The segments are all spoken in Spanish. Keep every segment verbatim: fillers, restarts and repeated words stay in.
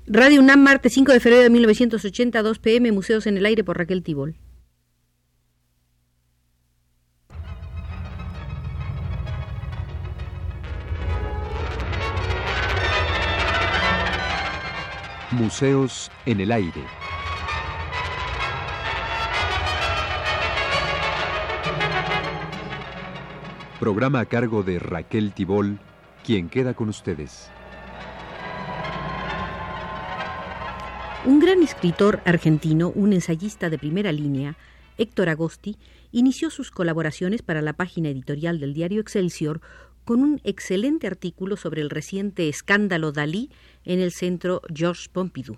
Radio UNAM, martes cinco de febrero de mil novecientos ochenta, dos pe eme, Museos en el Aire por Raquel Tibol. Museos en el Aire. Programa a cargo de Raquel Tibol, quien queda con ustedes. Un gran escritor argentino, un ensayista de primera línea, Héctor Agosti, inició sus colaboraciones para la página editorial del diario Excelsior con un excelente artículo sobre el reciente escándalo Dalí en el Centro Georges Pompidou.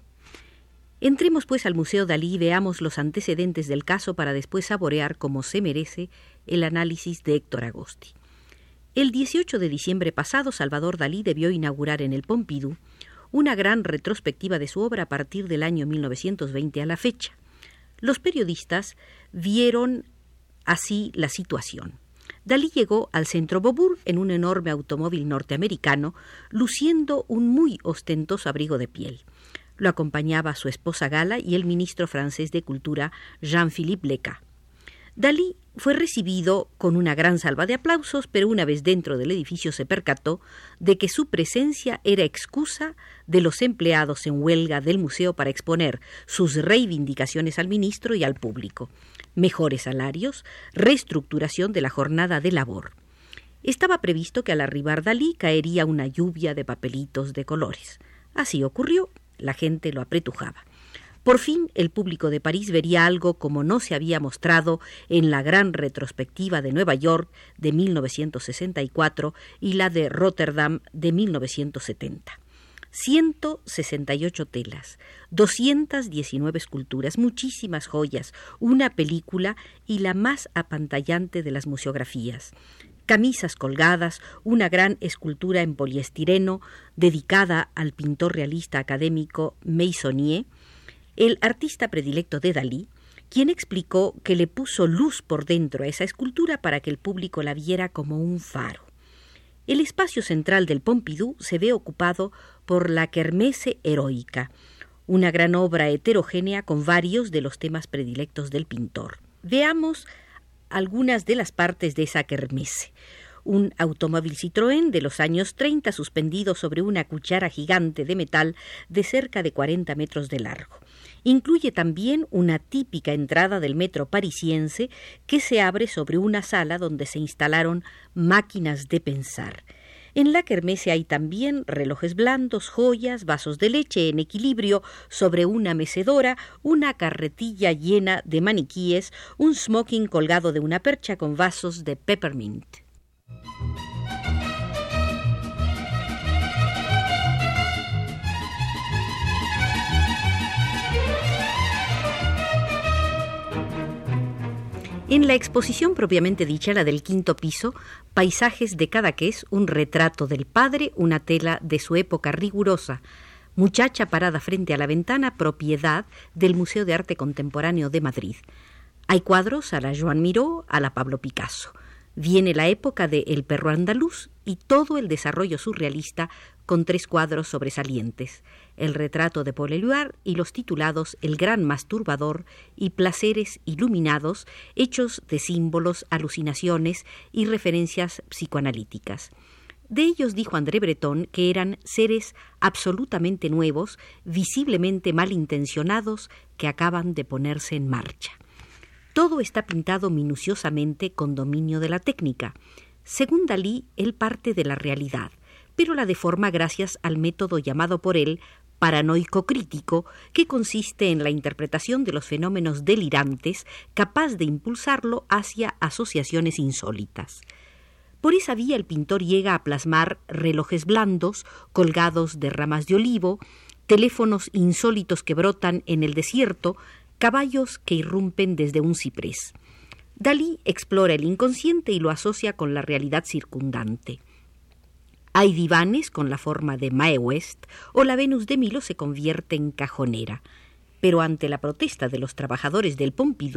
Entremos pues al Museo Dalí y veamos los antecedentes del caso para después saborear, como se merece, el análisis de Héctor Agosti. El dieciocho de diciembre pasado, Salvador Dalí debió inaugurar en el Pompidou una gran retrospectiva de su obra a partir del año mil novecientos veinte a la fecha. Los periodistas vieron así la situación. Dalí llegó al Centro Beaubourg en un enorme automóvil norteamericano, luciendo un muy ostentoso abrigo de piel. Lo acompañaba su esposa Gala y el ministro francés de Cultura, Jean-Philippe Leca. Dalí fue recibido con una gran salva de aplausos, pero una vez dentro del edificio se percató de que su presencia era excusa de los empleados en huelga del museo para exponer sus reivindicaciones al ministro y al público: mejores salarios, reestructuración de la jornada de labor. Estaba previsto que al arribar Dalí caería una lluvia de papelitos de colores. Así ocurrió, la gente lo apretujaba. Por fin, el público de París vería algo como no se había mostrado en la gran retrospectiva de Nueva York de mil novecientos sesenta y cuatro y la de Rotterdam de mil novecientos setenta. ciento sesenta y ocho telas, doscientas diecinueve esculturas, muchísimas joyas, una película y la más apantallante de las museografías. Camisas colgadas, una gran escultura en poliestireno dedicada al pintor realista académico Meissonier, el artista predilecto de Dalí, quien explicó que le puso luz por dentro a esa escultura para que el público la viera como un faro. El espacio central del Pompidou se ve ocupado por la Kermesse heroica, una gran obra heterogénea con varios de los temas predilectos del pintor. Veamos algunas de las partes de esa Kermesse. Un automóvil Citroën de los años treinta suspendido sobre una cuchara gigante de metal de cerca de cuarenta metros de largo. Incluye también una típica entrada del metro parisiense que se abre sobre una sala donde se instalaron máquinas de pensar. En la kermesse hay también relojes blandos, joyas, vasos de leche en equilibrio sobre una mecedora, una carretilla llena de maniquíes, un smoking colgado de una percha con vasos de peppermint. En la exposición propiamente dicha, la del quinto piso, Paisajes de Cadaqués, un retrato del padre, una tela de su época rigurosa, muchacha parada frente a la ventana, propiedad del Museo de Arte Contemporáneo de Madrid. Hay cuadros a la Joan Miró, a la Pablo Picasso. Viene la época de El perro andaluz y todo el desarrollo surrealista con tres cuadros sobresalientes: el retrato de Paul Éluard y los titulados El gran masturbador y Placeres iluminados, hechos de símbolos, alucinaciones y referencias psicoanalíticas. De ellos dijo André Breton que eran seres absolutamente nuevos, visiblemente malintencionados, que acaban de ponerse en marcha. Todo está pintado minuciosamente con dominio de la técnica. Según Dalí, él parte de la realidad, pero la deforma gracias al método llamado por él paranoico-crítico, que consiste en la interpretación de los fenómenos delirantes, capaz de impulsarlo hacia asociaciones insólitas. Por esa vía el pintor llega a plasmar relojes blandos colgados de ramas de olivo, teléfonos insólitos que brotan en el desierto, caballos que irrumpen desde un ciprés. Dalí explora el inconsciente y lo asocia con la realidad circundante. Hay divanes con la forma de Mae West o la Venus de Milo se convierte en cajonera. Pero ante la protesta de los trabajadores del Pompidou,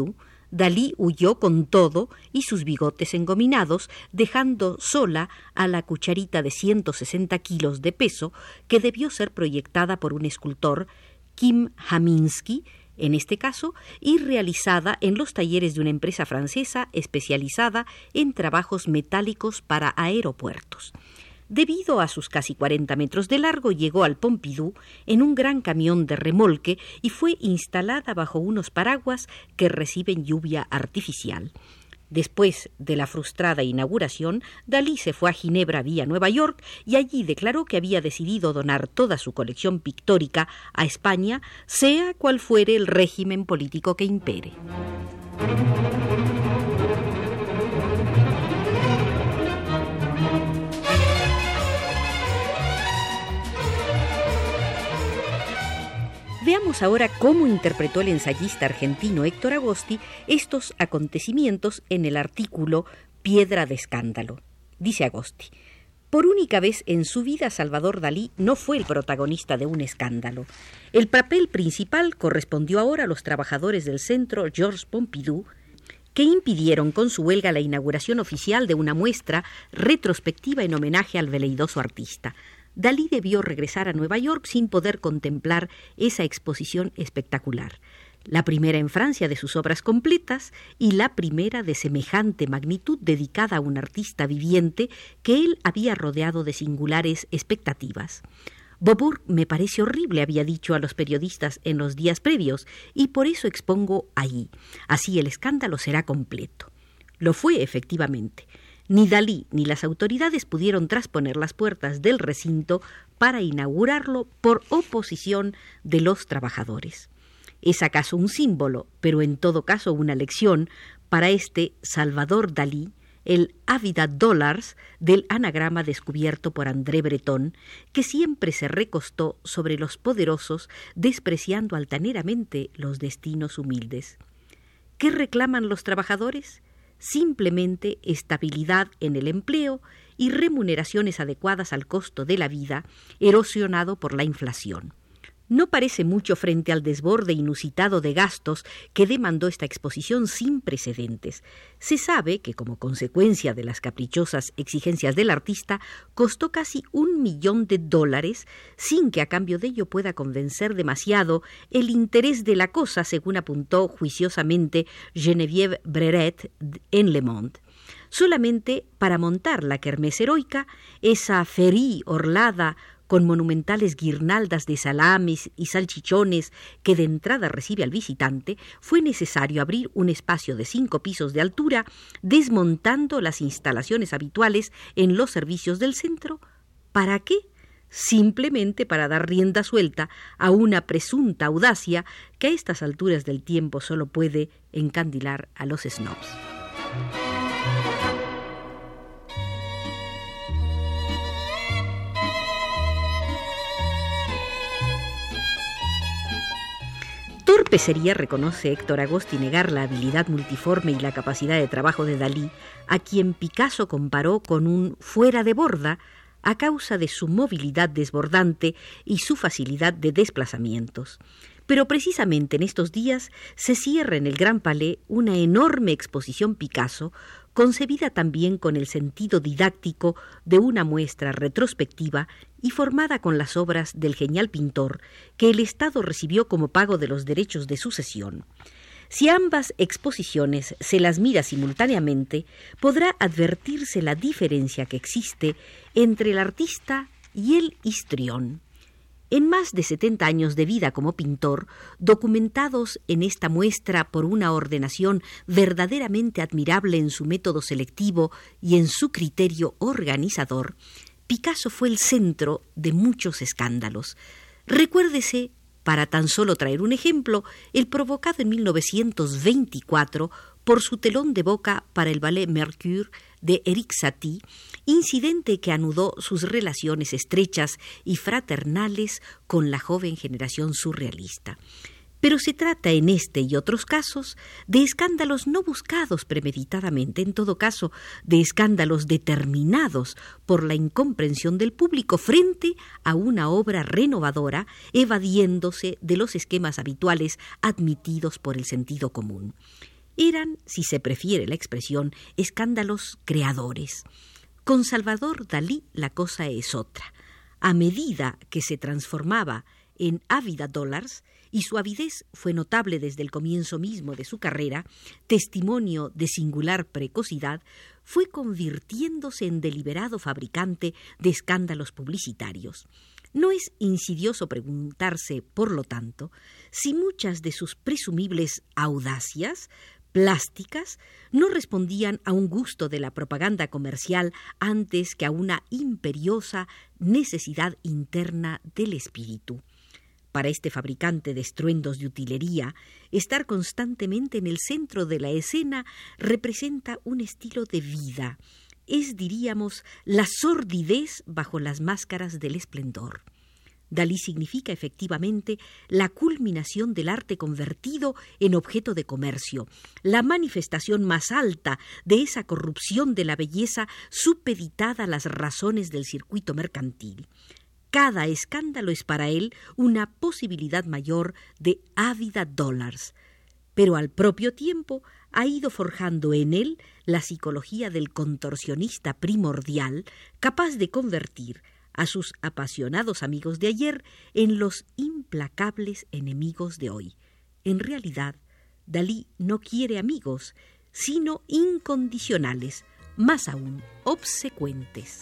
Dalí huyó con todo y sus bigotes engominados, dejando sola a la cucharita de ciento sesenta kilos de peso que debió ser proyectada por un escultor, Kim Haminsky, en este caso, y realizada en los talleres de una empresa francesa especializada en trabajos metálicos para aeropuertos. Debido a sus casi cuarenta metros de largo, llegó al Pompidou en un gran camión de remolque y fue instalada bajo unos paraguas que reciben lluvia artificial. Después de la frustrada inauguración, Dalí se fue a Ginebra vía Nueva York y allí declaró que había decidido donar toda su colección pictórica a España, sea cual fuere el régimen político que impere. Veamos ahora cómo interpretó el ensayista argentino Héctor Agosti estos acontecimientos en el artículo Piedra de escándalo. Dice Agosti: por única vez en su vida, Salvador Dalí no fue el protagonista de un escándalo. El papel principal correspondió ahora a los trabajadores del centro Georges Pompidou, que impidieron con su huelga la inauguración oficial de una muestra retrospectiva en homenaje al veleidoso artista. Dalí debió regresar a Nueva York sin poder contemplar esa exposición espectacular, la primera en Francia de sus obras completas y la primera de semejante magnitud dedicada a un artista viviente que él había rodeado de singulares expectativas. Beaubourg me parece horrible, había dicho a los periodistas en los días previos, y por eso expongo allí. Así el escándalo será completo. Lo fue efectivamente. Ni Dalí ni las autoridades pudieron trasponer las puertas del recinto para inaugurarlo por oposición de los trabajadores. Es acaso un símbolo, pero en todo caso una lección para este Salvador Dalí, el Ávida Dollars del anagrama descubierto por André Breton, que siempre se recostó sobre los poderosos, despreciando altaneramente los destinos humildes. ¿Qué reclaman los trabajadores? Simplemente estabilidad en el empleo y remuneraciones adecuadas al costo de la vida, erosionado por la inflación. No parece mucho frente al desborde inusitado de gastos que demandó esta exposición sin precedentes. Se sabe que, como consecuencia de las caprichosas exigencias del artista, costó casi un millón de dólares, sin que a cambio de ello pueda convencer demasiado el interés de la cosa, según apuntó juiciosamente Geneviève Breret en Le Monde. Solamente para montar la kermés heroica, esa ferie orlada con monumentales guirnaldas de salames y salchichones que de entrada recibe al visitante, fue necesario abrir un espacio de cinco pisos de altura, desmontando las instalaciones habituales en los servicios del centro. ¿Para qué? Simplemente para dar rienda suelta a una presunta audacia que a estas alturas del tiempo solo puede encandilar a los snobs. Torpe sería, reconoce Héctor Agosti, negar la habilidad multiforme y la capacidad de trabajo de Dalí, a quien Picasso comparó con un fuera de borda a causa de su movilidad desbordante y su facilidad de desplazamientos. Pero precisamente en estos días se cierra en el Gran Palais una enorme exposición Picasso, concebida también con el sentido didáctico de una muestra retrospectiva y formada con las obras del genial pintor que el Estado recibió como pago de los derechos de sucesión. Si ambas exposiciones se las mira simultáneamente, podrá advertirse la diferencia que existe entre el artista y el histrión. En más de setenta años de vida como pintor, documentados en esta muestra por una ordenación verdaderamente admirable en su método selectivo y en su criterio organizador, Picasso fue el centro de muchos escándalos. Recuérdese, para tan solo traer un ejemplo, el provocado en mil novecientos veinticuatro por su telón de boca para el ballet Mercure de Erik Satie, incidente que anudó sus relaciones estrechas y fraternales con la joven generación surrealista. Pero se trata en este y otros casos de escándalos no buscados premeditadamente, en todo caso de escándalos determinados por la incomprensión del público frente a una obra renovadora, evadiéndose de los esquemas habituales admitidos por el sentido común. Eran, si se prefiere la expresión, escándalos creadores. Con Salvador Dalí la cosa es otra. A medida que se transformaba en ávida dólares, y su avidez fue notable desde el comienzo mismo de su carrera, testimonio de singular precocidad, fue convirtiéndose en deliberado fabricante de escándalos publicitarios. No es insidioso preguntarse, por lo tanto, si muchas de sus presumibles audacias plásticas no respondían a un gusto de la propaganda comercial antes que a una imperiosa necesidad interna del espíritu. Para este fabricante de estruendos de utilería, estar constantemente en el centro de la escena representa un estilo de vida. Es, diríamos, la sordidez bajo las máscaras del esplendor. Dalí significa efectivamente la culminación del arte convertido en objeto de comercio, la manifestación más alta de esa corrupción de la belleza supeditada a las razones del circuito mercantil. Cada escándalo es para él una posibilidad mayor de ávida dólares, pero al propio tiempo ha ido forjando en él la psicología del contorsionista primordial, capaz de convertir a sus apasionados amigos de ayer en los implacables enemigos de hoy. En realidad, Dalí no quiere amigos, sino incondicionales, más aún obsecuentes.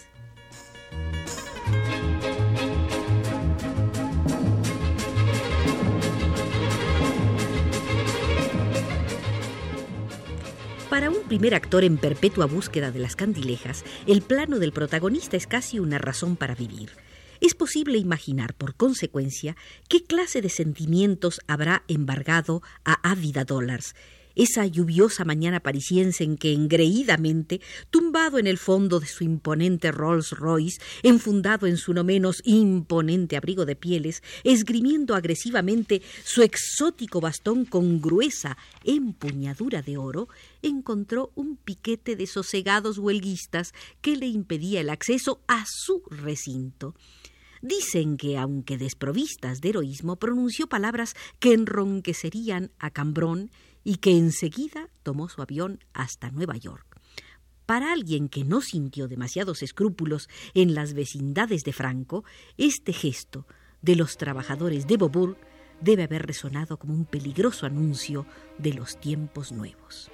Para un primer actor en perpetua búsqueda de las candilejas, el plano del protagonista es casi una razón para vivir. Es posible imaginar, por consecuencia, qué clase de sentimientos habrá embargado a ávida dólares. Esa lluviosa mañana parisiense en que, engreídamente, tumbado en el fondo de su imponente Rolls Royce, enfundado en su no menos imponente abrigo de pieles, esgrimiendo agresivamente su exótico bastón con gruesa empuñadura de oro, encontró un piquete de sosegados huelguistas que le impedía el acceso a su recinto. Dicen que, aunque desprovistas de heroísmo, pronunció palabras que enronquecerían a Cambronne y que enseguida tomó su avión hasta Nueva York. Para alguien que no sintió demasiados escrúpulos en las vecindades de Franco, este gesto de los trabajadores de Beaubourg debe haber resonado como un peligroso anuncio de los tiempos nuevos.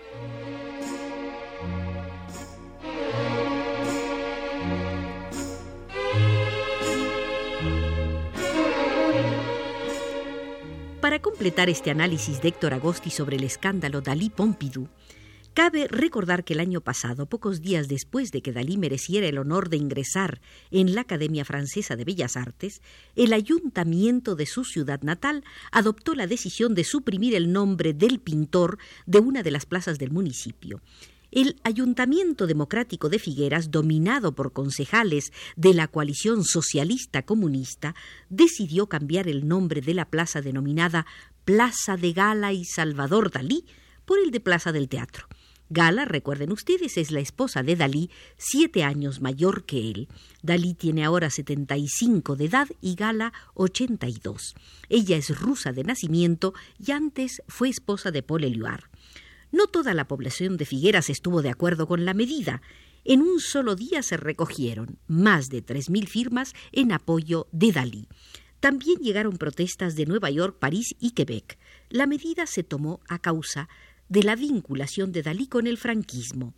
Para completar este análisis de Héctor Agosti sobre el escándalo Dalí-Pompidou, cabe recordar que el año pasado, pocos días después de que Dalí mereciera el honor de ingresar en la Academia Francesa de Bellas Artes, el ayuntamiento de su ciudad natal adoptó la decisión de suprimir el nombre del pintor de una de las plazas del municipio. El Ayuntamiento Democrático de Figueras, dominado por concejales de la coalición socialista comunista, decidió cambiar el nombre de la plaza denominada Plaza de Gala y Salvador Dalí por el de Plaza del Teatro. Gala, recuerden ustedes, es la esposa de Dalí, siete años mayor que él. Dalí tiene ahora setenta y cinco de edad y Gala ochenta y dos. Ella es rusa de nacimiento y antes fue esposa de Paul Éluard. No toda la población de Figueras estuvo de acuerdo con la medida. En un solo día se recogieron más de tres mil firmas en apoyo de Dalí. También llegaron protestas de Nueva York, París y Quebec. La medida se tomó a causa de la vinculación de Dalí con el franquismo.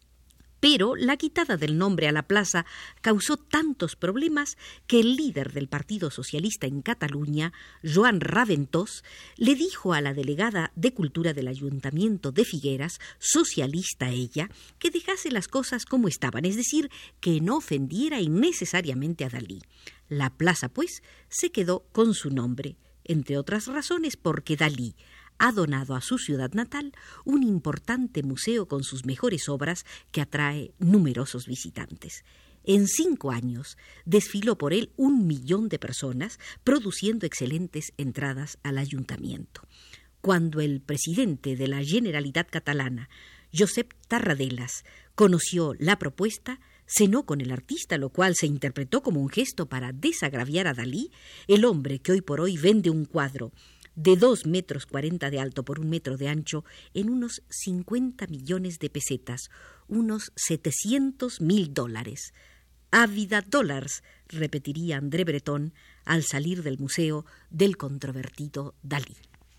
Pero la quitada del nombre a la plaza causó tantos problemas que el líder del Partido Socialista en Cataluña, Joan Raventós, le dijo a la delegada de Cultura del Ayuntamiento de Figueras, socialista ella, que dejase las cosas como estaban, es decir, que no ofendiera innecesariamente a Dalí. La plaza, pues, se quedó con su nombre, entre otras razones porque Dalí ha donado a su ciudad natal un importante museo con sus mejores obras que atrae numerosos visitantes. En cinco años desfiló por él un millón de personas, produciendo excelentes entradas al ayuntamiento. Cuando el presidente de la Generalitat Catalana, Josep Tarradellas, conoció la propuesta, cenó con el artista, lo cual se interpretó como un gesto para desagraviar a Dalí, el hombre que hoy por hoy vende un cuadro de dos metros cuarenta de alto por un metro de ancho, en unos cincuenta millones de pesetas, unos setecientos mil dólares. «Ávida dólares», repetiría André Breton al salir del museo del controvertido Dalí.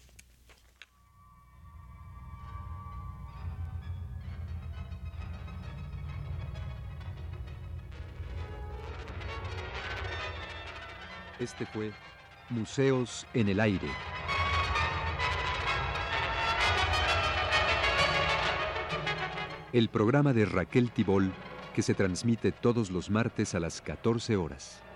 Este fue Museos en el Aire. El programa de Raquel Tibol, que se transmite todos los martes a las catorce horas.